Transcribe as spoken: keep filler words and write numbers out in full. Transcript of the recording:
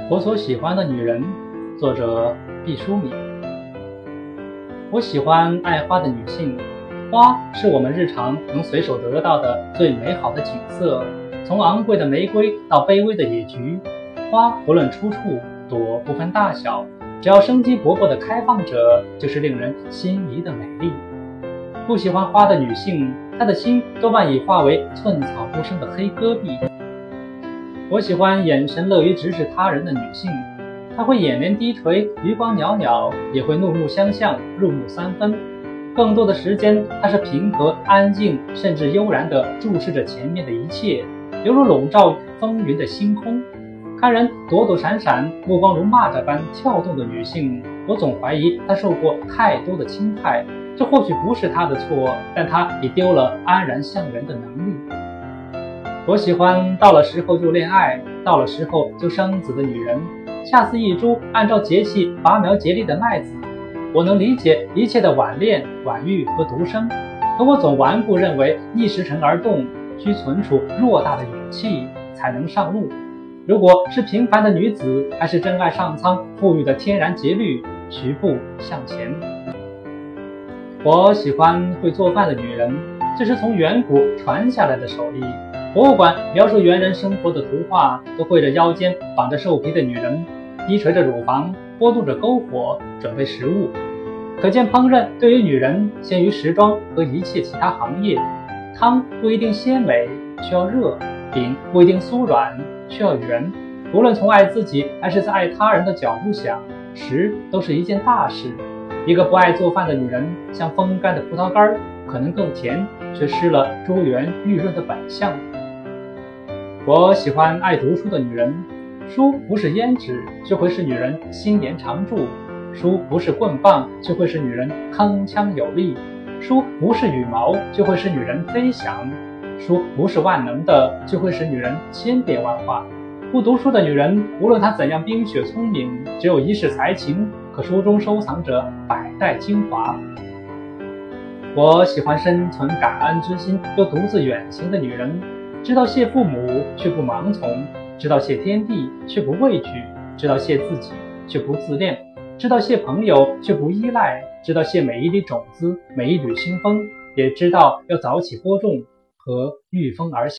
我所喜欢的女人，作者毕淑敏。我喜欢爱花的女性，花是我们日常能随手得到的最美好的景色，从昂贵的玫瑰到卑微的野菊，花不论出处，朵不分大小，只要生机勃勃的开放着，就是令人心仪的美丽。不喜欢花的女性，她的心多半已化为寸草不生的黑戈壁。我喜欢眼神乐于直视他人的女性，她会眼帘低垂，余光袅袅，也会怒目相向，入木三分。更多的时间，她是平和、安静，甚至悠然地注视着前面的一切，犹如笼罩风云的星空。看人躲躲闪闪，目光如蚂蚱般跳动的女性，我总怀疑她受过太多的侵害。这或许不是她的错，但她已丢了安然向人的能力。我喜欢到了时候就恋爱，到了时候就生子的女人，恰似一株按照节气拔苗节力的麦子。我能理解一切的晚恋、晚育和独生，可我总顽固认为逆时辰而动，需存储偌大的勇气才能上路。如果是平凡的女子，还是真爱上苍赋予的天然节律，徐步向前。我喜欢会做饭的女人，这是从远古传下来的手艺。博物馆描述猿人生活的图画，都绘着腰间绑着兽皮的女人，低垂着乳房，拨动着篝火，准备食物。可见烹饪对于女人先于时装和一切其他行业。汤不一定鲜美，需要热；饼不一定酥软，需要圆。无论从爱自己还是在爱他人的角度想，食都是一件大事。一个不爱做饭的女人，像风干的葡萄干，可能更甜，却失了珠圆玉润的本相。我喜欢爱读书的女人，书不是胭脂，却会使女人心言常驻；书不是棍棒，却会使女人铿锵有力；书不是羽毛，就会使女人飞翔；书不是万能的，就会使女人千变万化。不读书的女人，无论她怎样冰雪聪明，只有一世才情，可书中收藏着百代精华。我喜欢深存感恩之心又独自远行的女人，知道谢父母却不盲从，知道谢天地却不畏惧，知道谢自己却不自恋，知道谢朋友却不依赖，知道谢每一粒种子，每一缕清风，也知道要早起播种和御风而行。